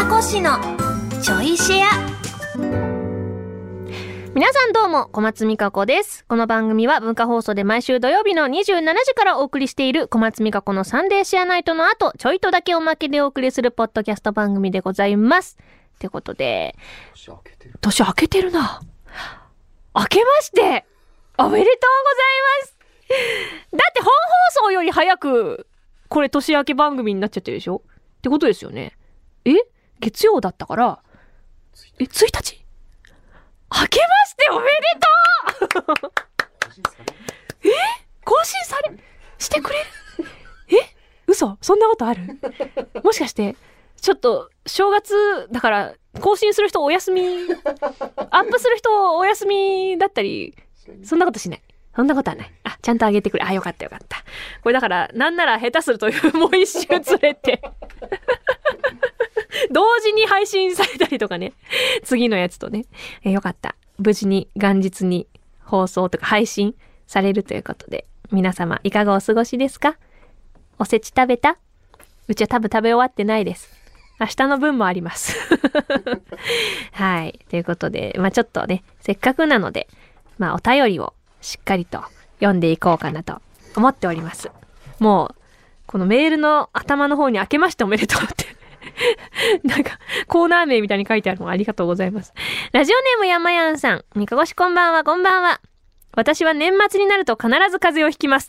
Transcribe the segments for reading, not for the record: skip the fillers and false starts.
こしのちょいシェア。皆さんどうも、小松美香子です。この番組は文化放送で毎週土曜日の27時からお送りしている小松美香子のサンデーシェアナイトの後、ちょいとだけおまけでお送りするポッドキャスト番組でございます。ってことで、年明けてるな。明けましておめでとうございます。だって本放送より早くこれ年明け番組になっちゃってるでしょってことですよね。月曜だったから1日明けましておめでとう更新されしてくれる嘘、そんなことある？もしかしてちょっと正月だから更新する人お休み、アップする人お休みだったり、そんなことしない。そんなことはない。ちゃんと上げてくれ。よかったよかった。これだからなんなら下手するともう一周ずれて同時に配信されたりとかね、次のやつとね、よかった。無事に元日に放送とか配信されるということで、皆様いかがお過ごしですか？おせち食べた？うちは多分食べ終わってないです。明日の分もありますはい、ということで、ちょっとね、せっかくなので、お便りをしっかりと読んでいこうかなと思っております。もうこのメールの頭の方に明けましておめでとうってなんかコーナー名みたいに書いてあるのありがとうございます。ラジオネームやまやんさん、みかごしこんばんは。こんばんは。私は年末になると必ず風邪をひきます。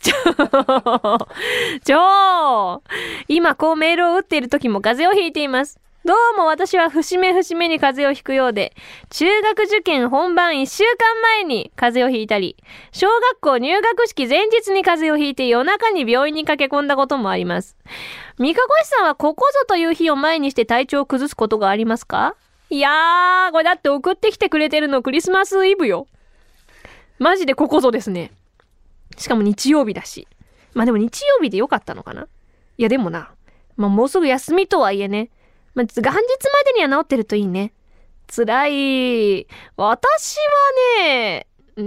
今こうメールを打っている時も風邪をひいています。どうも私は節目節目に風邪をひくようで、中学受験本番1週間前に風邪をひいたり、小学校入学式前日に風邪をひいて夜中に病院に駆け込んだこともあります。みかこしさんはここぞという日を前にして体調を崩すことがありますか？いやー、これだって送ってきてくれてるのクリスマスイブよ。マジでここぞですね。しかも日曜日だし。でも日曜日でよかったのかな？いやでもな、もうすぐ休みとはいえね、元日までには治ってるといいね。辛い。私はね、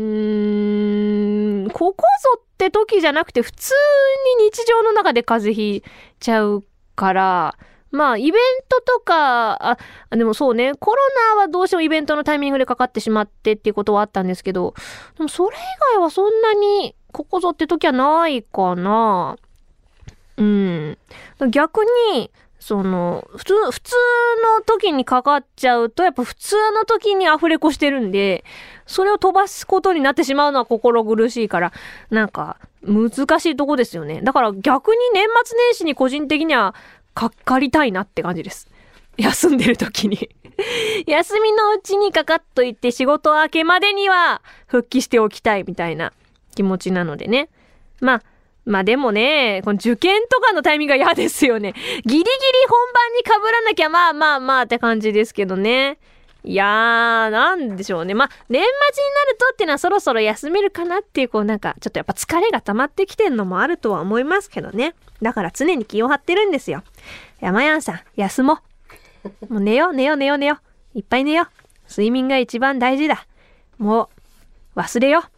ここぞって時じゃなくて普通に日常の中で風邪ひいちゃうから、イベントとか、でもそうね、コロナはどうしてもイベントのタイミングでかかってしまってっていうことはあったんですけど、でもそれ以外はそんなにここぞって時はないかな。逆に、普通の時にかかっちゃうと、やっぱ普通の時にアフレコしてるんで、それを飛ばすことになってしまうのは心苦しいから、難しいとこですよね。だから逆に年末年始に個人的にはかかりたいなって感じです。休んでる時に。休みのうちにかかっといて仕事明けまでには復帰しておきたいみたいな気持ちなのでね。でもね、この受験とかのタイミングが嫌ですよね。ギリギリ本番に被らなきゃって感じですけどね。いやー、なんでしょうね。年末になるとっていうのはそろそろ休めるかなっていう、ちょっとやっぱ疲れが溜まってきてんのもあるとは思いますけどね。だから常に気を張ってるんですよ。山やんさん、休もう。もう寝よう。いっぱい寝よう。睡眠が一番大事だ。もう、忘れよう。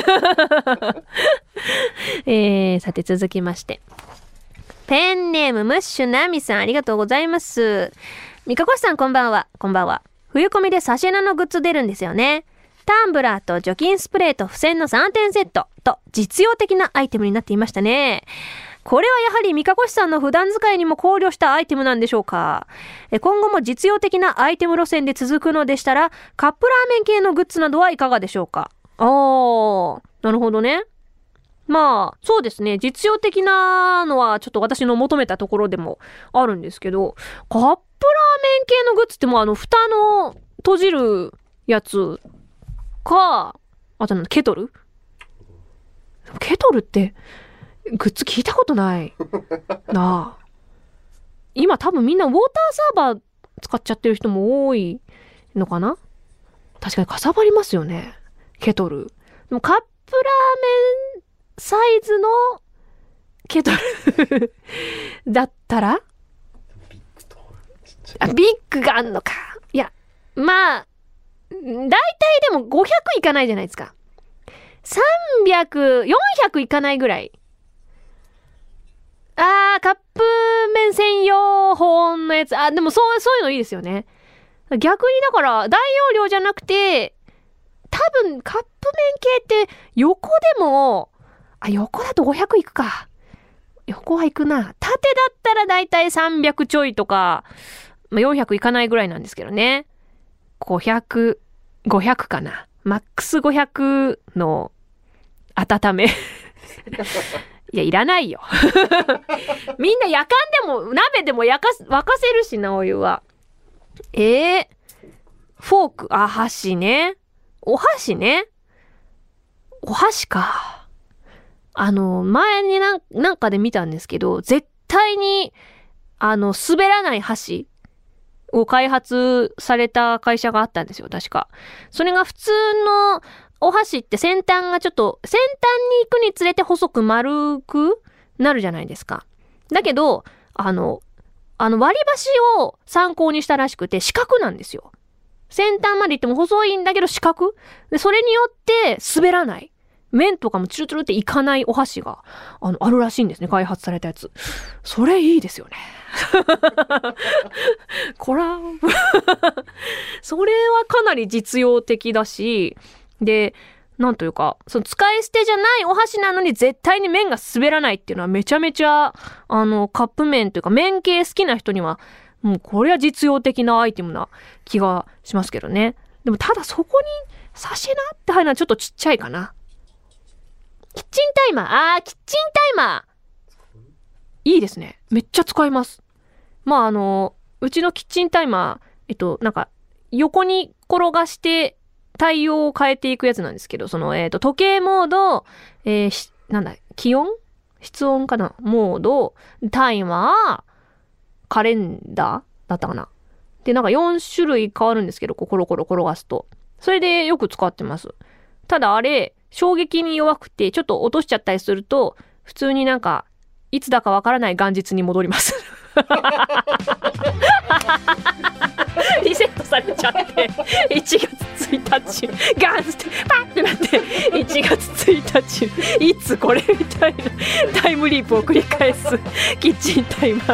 さて続きまして。ペンネームムッシュナミさん、ありがとうございます。みかこしさんこんばんは。こんばんは。冬コミでサシェナのグッズ出るんですよね。タンブラーと除菌スプレーと付箋の3点セットと実用的なアイテムになっていましたね。これはやはりみかこしさんの普段使いにも考慮したアイテムなんでしょうか。今後も実用的なアイテム路線で続くのでしたら、カップラーメン系のグッズなどはいかがでしょうか。なるほどね。そうですね。実用的なのはちょっと私の求めたところでもあるんですけど、カップラーメン系のグッズって蓋の閉じるやつか、あとケトルってグッズ聞いたことないなあ。今多分みんなウォーターサーバー使っちゃってる人も多いのかな。確かにかさばりますよね、ケトル。でもカップラーメンサイズのケトルだったらビッグがあんのか。いや、大体でも500いかないじゃないですか。300、400いかないぐらい。カップ麺専用保温のややつ。でもそういうのいいですよね。逆にだから大容量じゃなくて、多分カップ麺系って横でも、横だと500いくか。横はいくな。縦だったらだいたい300ちょいとか、400いかないぐらいなんですけどね。500かな。マックス500の温め。いや、いらないよ。みんなやかんでも、鍋でも沸かせるしな、お湯は。フォーク、箸ね。お箸ね。お箸か。前になんかで見たんですけど、絶対に、滑らない箸を開発された会社があったんですよ、確か。それが普通のお箸って先端がちょっと、先端に行くにつれて細く丸くなるじゃないですか。だけど、割り箸を参考にしたらしくて四角なんですよ。先端まで行っても細いんだけど四角で、それによって滑らない。麺とかもチュルチュルっていかないお箸が、あるらしいんですね。開発されたやつ。それいいですよね。こら、それはかなり実用的だし、で、なんというか、その使い捨てじゃないお箸なのに絶対に麺が滑らないっていうのはめちゃめちゃ、カップ麺というか麺系好きな人には、もうこれは実用的なアイテムな気がしますけどね。でもただそこに差しなって入るのはちょっとちっちゃいかな。キッチンタイマー。キッチンタイマー。いいですね。めっちゃ使います。まあうちのキッチンタイマー、なんか横に転がして対応を変えていくやつなんですけど、その時計モード、気温？室温かな？モード、タイマー、カレンダーだったかな。で、なんか4種類変わるんですけど、コロコロ転がすと。それでよく使ってます。ただあれ、衝撃に弱くて、ちょっと落としちゃったりすると、普通になんか、いつだかわからない元日に戻ります。リセットされちゃって、1月1日、ガンってパッってなって、1月1日、いつこれみたいなタイムリープを繰り返すキッチンタイマー。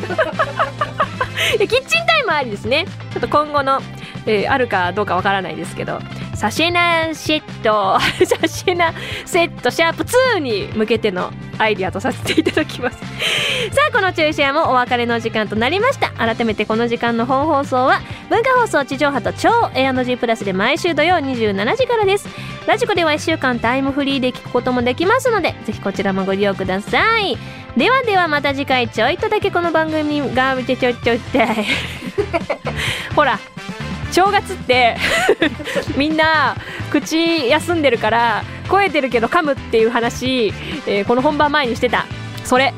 キッチンタイマーありですね。ちょっと今後の、あるかどうかわからないですけど、サシェナセットシャープ2に向けてのアイディアとさせていただきます。さあ、この注射もお別れの時間となりました。改めてこの時間の本放送は文化放送地上波と超 A&G プラスで毎週土曜27時からです。ラジコでは1週間タイムフリーで聞くこともできますので、ぜひこちらもご利用ください。ではまた次回、ちょいとだけこの番組が見てちょいってほら、正月ってみんな口休んでるから声出るけど噛むっていう話、この本番前にしてた。それ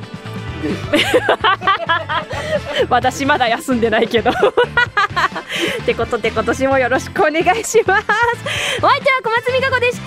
私まだ休んでないけどってことで今年もよろしくお願いします。お相手は小松美香子でした。